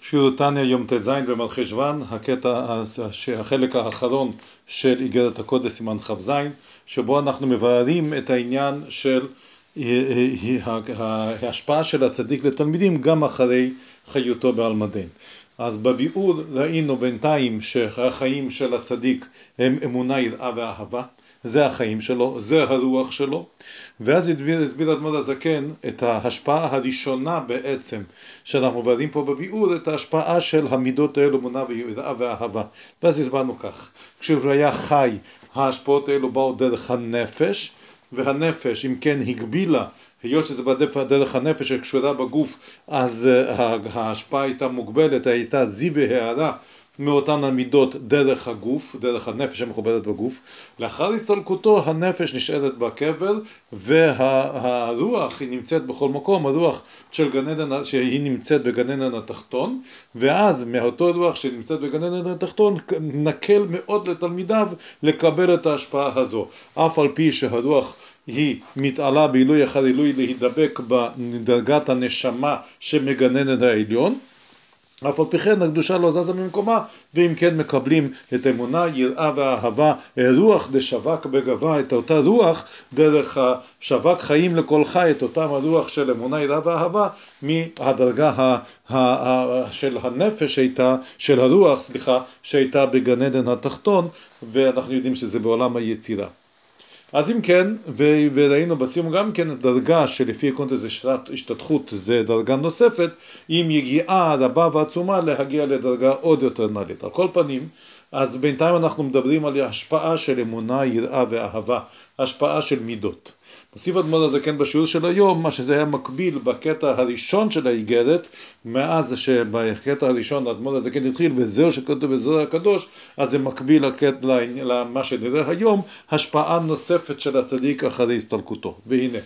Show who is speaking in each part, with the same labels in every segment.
Speaker 1: שיעור תניא יום ט"ז במלכי שוון, החלק האחרון של איגרת הקודש סימן כ"ז, שבו אנחנו מבררים את העניין של ההשפעה של הצדיק לתלמידים גם אחרי חיותו בעלמא דין. אז בביאור ראינו בינתיים שהחיים של הצדיק הם אמונה, יראה ואהבה, זה החיים שלו, זה הרוח שלו. ואז הסביר אדמו"ר הזקן את ההשפעה הראשונה בעצם שאנחנו מבררים פה בביאור, את ההשפעה של המידות האלו, אמונה ויראה ואהבה. ואז הסברנו כך, כשהוא היה חי ההשפעות האלו באו דרך הנפש, והנפש אם כן הגבילה, היות שזה דרך הנפש שקשורה בגוף, אז ההשפעה הייתה מוגבלת, הייתה זיו והערה מאותן המידות דרך הגוף, דרך הנפש המחוברת בגוף. לאחר הסתלקותו הנפש נשארת בקבר, והרוח היא נמצאת בכל מקום, הרוח של גן עדן שהיא נמצאת בגן עדן התחתון, ואז מאותו רוח שנמצאת בגן עדן התחתון נקל מאוד לתלמידיו לקבל את ההשפעה הזו, אף על פי שהרוח היא מתעלה בעילוי אחר עילוי להידבק בדרגת הנשמה שמגננת העליון, אף על פי כן הקדושה לא זזה ממקומה, ואם כן מקבלים את אמונה, יראה ואהבה, רוח דשווק בגבה, את אותה רוח דרך השווק חיים לכל חי, את אותם הרוח של אמונה, יראה ואהבה, מהדרגה של הנפש של הרוח, שהייתה בגן עדן התחתון, ואנחנו יודעים שזה בעולם היצירה. אז אם כן, וראינו בסיום גם כן דרגה שלפי הקונטקסט זה השתתחות, זה דרגה נוספת, עם יגיעה רבה ועצומה להגיע לדרגה עוד יותר נעלית. על כל פנים, אז בינתיים אנחנו מדברים על השפעה של אמונה, יראה ואהבה, השפעה של מידות. מוסיף אדמו"ר הזקן בשיעור של היום, מה שזה היה מקביל בקטע הראשון של האיגרת, מאז שבקטע הראשון אדמו"ר הזקן התחיל וזהו שכתוב בזוהר הקדוש, אז זה מקביל למה שנראה היום, השפעה נוספת של הצדיק אחרי הסתלקותו. והנה,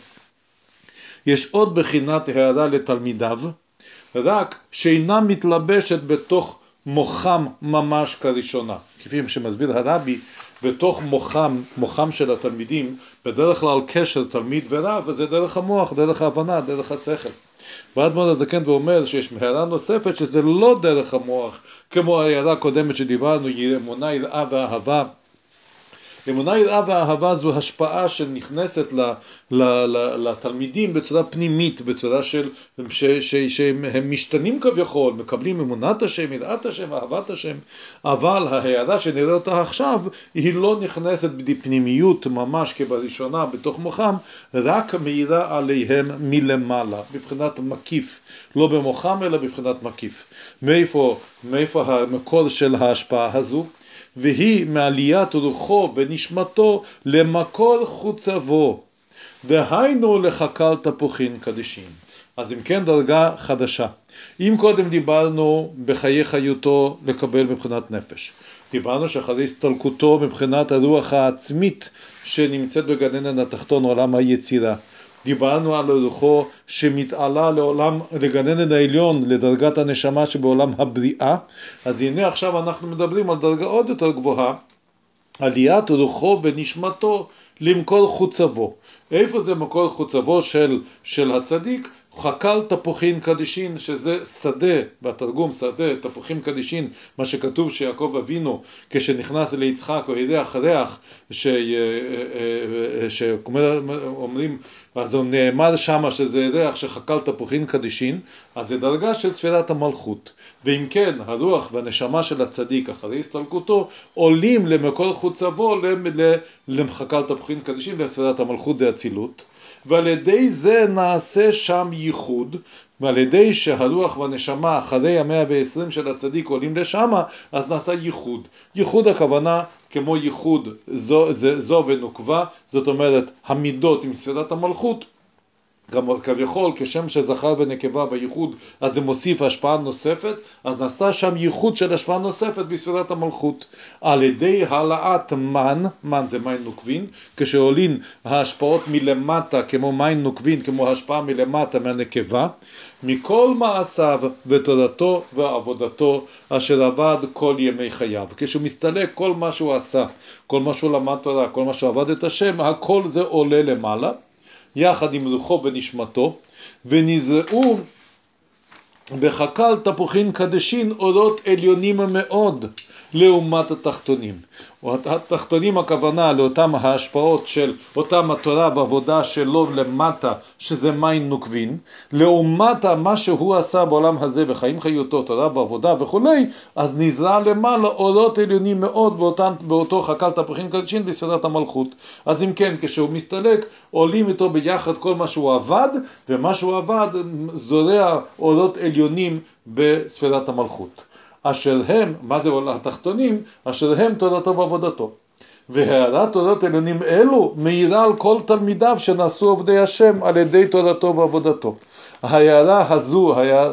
Speaker 1: יש עוד בחינת הערה לתלמידיו, רק שאינה מתלבשת בתוך מוחם ממש כראשונה. כפי שמסביר הרבי, בתוך מוחם של התלמידים, בדרך כלל קשר תלמיד ורב, וזה דרך המוח, דרך ההבנה, דרך השכל. ואדמו"ר הזקן ואומר שיש הערה נוספת שזה לא דרך המוח, כמו ההערה הקודמת שדיברנו, אמונה, יראה ואהבה. אמונה, יראה ואהבה זו השפעה שנכנסת לתלמידים בצורה פנימית, בצורה שהם משתנים כביכול, מקבלים אמונת השם, יראת השם, אהבת השם, אבל ההערה שנראה אותה עכשיו היא לא נכנסת בפנימיות ממש כבראשונה בתוך מוחם, רק מאירה עליהם מלמעלה, בבחינת מקיף, לא במוחם אלא בבחינת מקיף. מאיפה המקור של ההשפעה הזו? והיא מעליית רוחו ונשמתו למקור חוצבו, דהיינו לחקל תפוחין קדישין. אז אם כן דרגה חדשה. אם קודם דיברנו בחיי חיותו לקבל מבחינת נפש, דיברנו שאחרי הסתלקותו מבחינת הרוח העצמית שנמצאת בגן עדן התחתון, עולם היצירה, דיברנו על רוחו שמתעלה לגן עדן העליון, לדרגת הנשמה שבעולם הבריאה. אז הנה עכשיו אנחנו מדברים על דרגה עוד יותר גבוהה, עליית רוחו ונשמתו למקור חוצבו. איפה זה מקור חוצבו של הצדיק? חקל תפוחין קדישין, שזה שדה, בתרגום שדה, תפוחים קדישין, מה שכתוב שיעקב אבינו כשנכנס ליצחק או ירח ריח, שאומרים, אז הוא נאמר שמה שזה ריח שחקל תפוחין קדישין, אז זה דרגה של ספירת המלכות. ואם כן, הרוח והנשמה של הצדיק אחרי הסתלקותו עולים למקור חוצבו, למחקל תפוחין קדישין, לספירת המלכות דאצילות, ועל ידי זה נעשה שם ייחוד, ועל ידי שהרוח והנשמה אחרי 120 של הצדיק עולים לשם, אז נעשה ייחוד. ייחוד הכוונה כמו ייחוד זו ונוקבה, זאת אומרת המידות עם ספירת המלכות, גם כביכול כשם שזכר ונקבה בייחוד, אז זה מוסיף השפעה נוספת, אז נעשה שם ייחוד של השפעה נוספת בספירת המלכות, על ידי העלאת מן זה מים נוקבין, כשעולים ההשפעות מלמטה כמו מים נוקבין, כמו השפעה מלמטה מהנקבה, מכל מעשיו ותורתו ועבודתו אשר עבד כל ימי חייו. כשהוא מסתלק, כל מה שהוא עשה, כל מה שהוא למד תורה, כל מה שהוא עבד את השם, הכל זה עולה למעלה, יחד עם רוחו ונשמתו, ונזרעו בחקל תפוחין קדשין אורות עליונים מאוד לעומת התחתונים. התחתונים הכוונה לאותם ההשפעות של אותם התורה בעבודה שלו למטה, שזה מים נוקבין, לעומת מה שהוא עשה בעולם הזה בחיים חיותו, תורה בעבודה וכולי, אז נזרע למעלה אורות עליונים מאוד באותו חקל תפוחין קדשין בספירת המלכות. אז אם כן, כשהוא מסתלק, עולים איתו ביחד כל מה שהוא עבד, ומה שהוא עבד זורע אורות עליונים בספירת המלכות. אשר הם, מה זה התחתונים? אשר הם תורתו ועבודתו. והארת תורות עליונים אלו מאירה על כל תלמידיו שנעשו עובדי השם על ידי תורתו ועבודתו. ההערה הזו,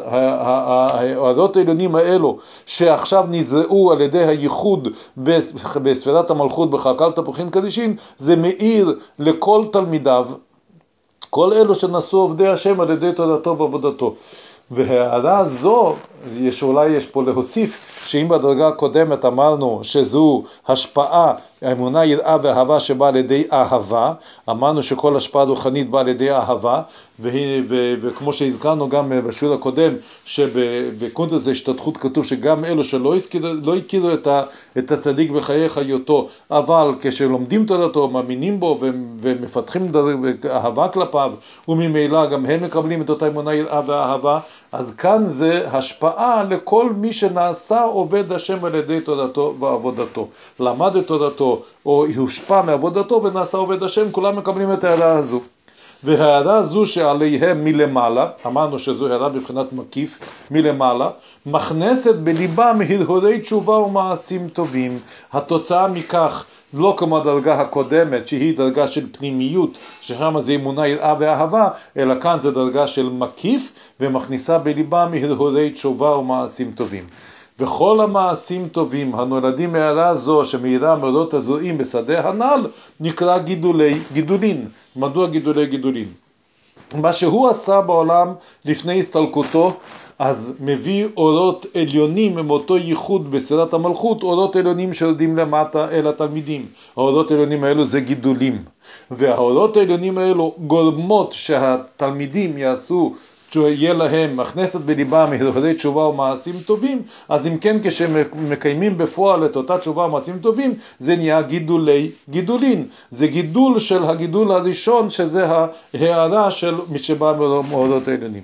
Speaker 1: האורות העליונים האלו שעכשיו נזרעו על ידי הייחוד בספירת המלכות בחקל תפוחין קדשין, זה מאיר לכל תלמידיו, כל אלו שנעשו עובדי השם על ידי תורתו ועבודתו. וההערה זו, אולי יש פה להוסיף, שאם בדרגה הקודמת אמרנו שזו השפעה, האמונה, יראה ואהבה שבאה על ידי אהבה, אמרנו שכל השפעה רוחנית באה על ידי אהבה, וכמו שהזכרנו גם בשיעור הקודם, שבקונטרס ההשתתחות כתוב שגם אלו שלא הכירו את הצדיק בחיי חיותו, אבל כשלומדים תורתו, מאמינים בו ומפתחים אהבה כלפיו, וממילא גם הם מקבלים את אותה אמונה, יראה ואהבה, אז כאן זה השפעה לכל מי שנעשה עובד השם על ידי תורתו ועבודתו. למד את תורתו או הושפע מעבודתו ונעשה עובד השם, כולם מקבלים את ההערה הזו. וההערה הזו שעליהם מלמעלה, אמרנו שזו הערה בבחינת מקיף מלמעלה, מכנסת בליבם הרהורי תשובה ומעשים טובים. התוצאה מכך, לא כמו הדרגה הקודמת שהיא דרגה של פנימיות, ששם זה אמונה, יראה ואהבה, אלא כאן זה דרגה של מקיף ומכניסה בליבם הרהורי תשובה ומעשים טובים. וכל המעשים טובים הנולדים מהערה זו שמאירה מאורות הזרועים בשדה הנ"ל נקרא גידולין. מדוע גידולין? מה שהוא עשה בעולם לפני הסתלקותו, אז מביא אורות עליונים מאותו ייחוד בספירת המלכות, אורות עליונים שיורדים למטה אל התלמידים. האורות העליונים האלו זה גידולים, והאורות העליונים האלו גורמות שהתלמידים יעשו, שיהיה להם מכנסת בליבם הרהורי תשובה ומעשים טובים. אז אם כן, כשמקיימים בפועל את אותה תשובה ומעשים טובים, זה נהיה גידולין. זה גידול של הגידול הראשון, שזה ההערה של מי שבא מאורות העליונים.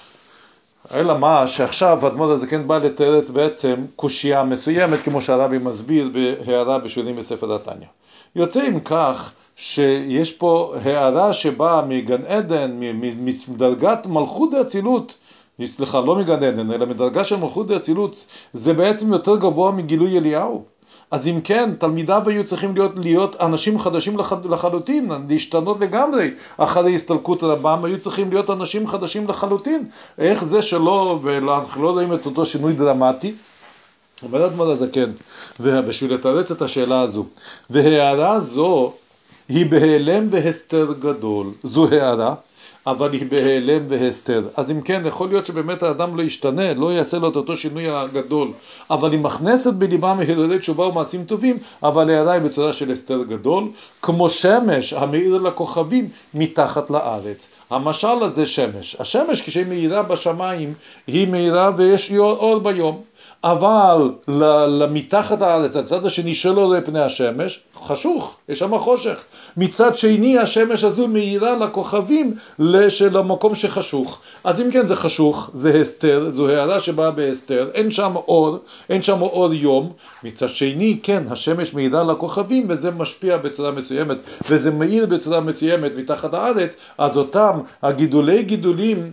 Speaker 1: אלא מה שעכשיו אדמו"ר הזקן בא לתרץ בעצם קושיה מסוימת, כמו שהרבי מסביר בהערה בשיעורים בספר התניא. יוצא עם כך שיש פה הערה שבאה מגן עדן, מדרגת מלכות האצילות, סליחה, לא מגן עדן, אלא מדרגה של מלכות האצילות, זה בעצם יותר גבוה מגילוי אליהו. אז אם כן, תלמידיו היו צריכים להיות אנשים חדשים לחלוטין, להשתנות לגמרי. אחרי הסתלקות רבם היו צריכים להיות אנשים חדשים לחלוטין. איך זה שלא, ואנחנו לא רואים את אותו שינוי דרמטי? אומר אדמו"ר הזקן, ובשביל לתרץ את השאלה הזו, והערה זו היא בהיעלם והסתר גדול. זו הערה, אבל היא בהיעלם והסתר. אז אם כן, יכול להיות שבאמת האדם לא ישתנה, לא יעשה לו את אותו שינוי הגדול, אבל היא מכנסת בליבם הרהורי תשובה ומעשים טובים, אבל הערה היא בצורה של הסתר גדול, כמו שמש המאיר לכוכבים מתחת לארץ. המשל הזה שמש. השמש כשהיא מאירה בשמיים, היא מאירה ויש אור ביום. אבל למתחת הארץ, הצד השני שלו לפני השמש, חשוך, יש שם חושך. מצד שני, השמש הזו מאירה לכוכבים למקום שחשוך. אז אם כן, זה חשוך, זה הסתר, זו הערה שבאה בהסתר, אין שם אור יום. מצד שני, כן, השמש מאירה לכוכבים, וזה משפיע בצורה מסוימת, וזה מאיר בצורה מסוימת מתחת הארץ. אז אותם גידולים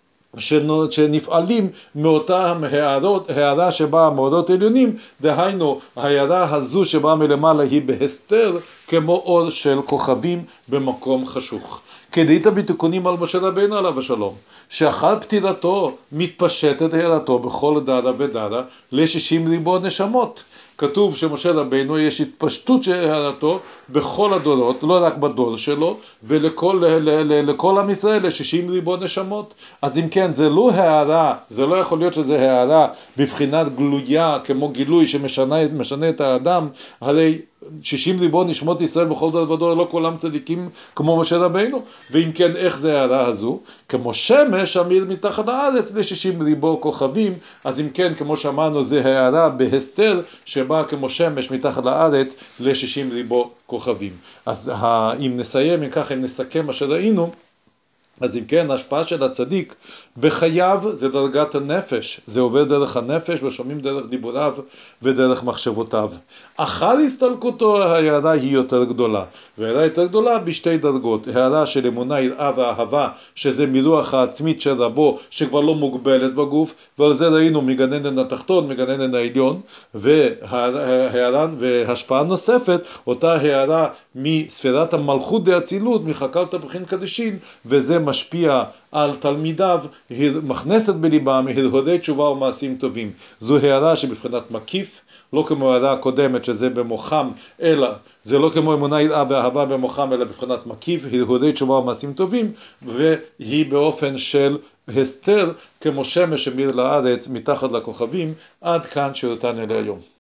Speaker 1: שנפעלים מאותה הערה שבאה מאורות עליונים, דהיינו ההערה הזו שבאה מלמעלה היא בהסתר כמו אור של כוכבים במקום חשוך. כדאית בתיקונים על משה רבינו עליו השלום, שאחר פטירתו מתפשטת הערתו בכל דרה ודרה ל-60 ריבוע נשמות. כתוב שמשה רבינו יש התפשטות של הערתו בכל הדורות, לא רק בדור שלו, ולכל עם ישראל ל-60 ריבוע נשמות. אז אם כן, זה לא הערה, זה לא יכול להיות שזה הערה בבחינת גלויה כמו גילוי שמשנה את האדם. הרי 60 ריבו נשמות ישראל בכל דור ודור, לא כולם צדיקים כמו משה רבינו. ואם כן, איך זה הערה הזו? כמו שמש המאיר מתחת לארץ ל-60 ריבו כוכבים. אז אם כן, כמו שאמרנו, זה הערה בהסתר שבאה כמו שמש מתחת לארץ ל-60 ריבו כוכבים. אז אם נסיים, אם ככה, אם נסכם מה שראינו, אז אם כן, ההשפעה של הצדיק בחייו זה דרגת הנפש, זה עובר דרך הנפש ושומעים דרך דיבוריו ודרך מחשבותיו. אחר הסתלקותו ההערה היא יותר גדולה, והערה יותר גדולה בשתי דרגות, הערה של אמונה, יראה ואהבה, שזה מרוח העצמית של רבו שכבר לא מוגבלת בגוף, ועל זה ראינו מגן עדן התחתון, מגן עדן העליון, והשפעה נוספת, אותה הערה מספירת המלכות דאצילות, מחקרת ברכין קדישין, וזה משפיע על תלמידיו, מכנסת בליבם הרהורי תשובה ומעשים טובים. זו הערה שבבחינת מקיף, לא כמו הערה הקודמת שזה במוחם, אלא זה לא כמו אמונה, יראה ואהבה במוחם, אלא בבחינת מקיף, הרהורי תשובה ומעשים טובים, והיא באופן של הסתר כמו שמש שמאיר לארץ מתחת לכוכבים. עד כאן שירותנו להיום.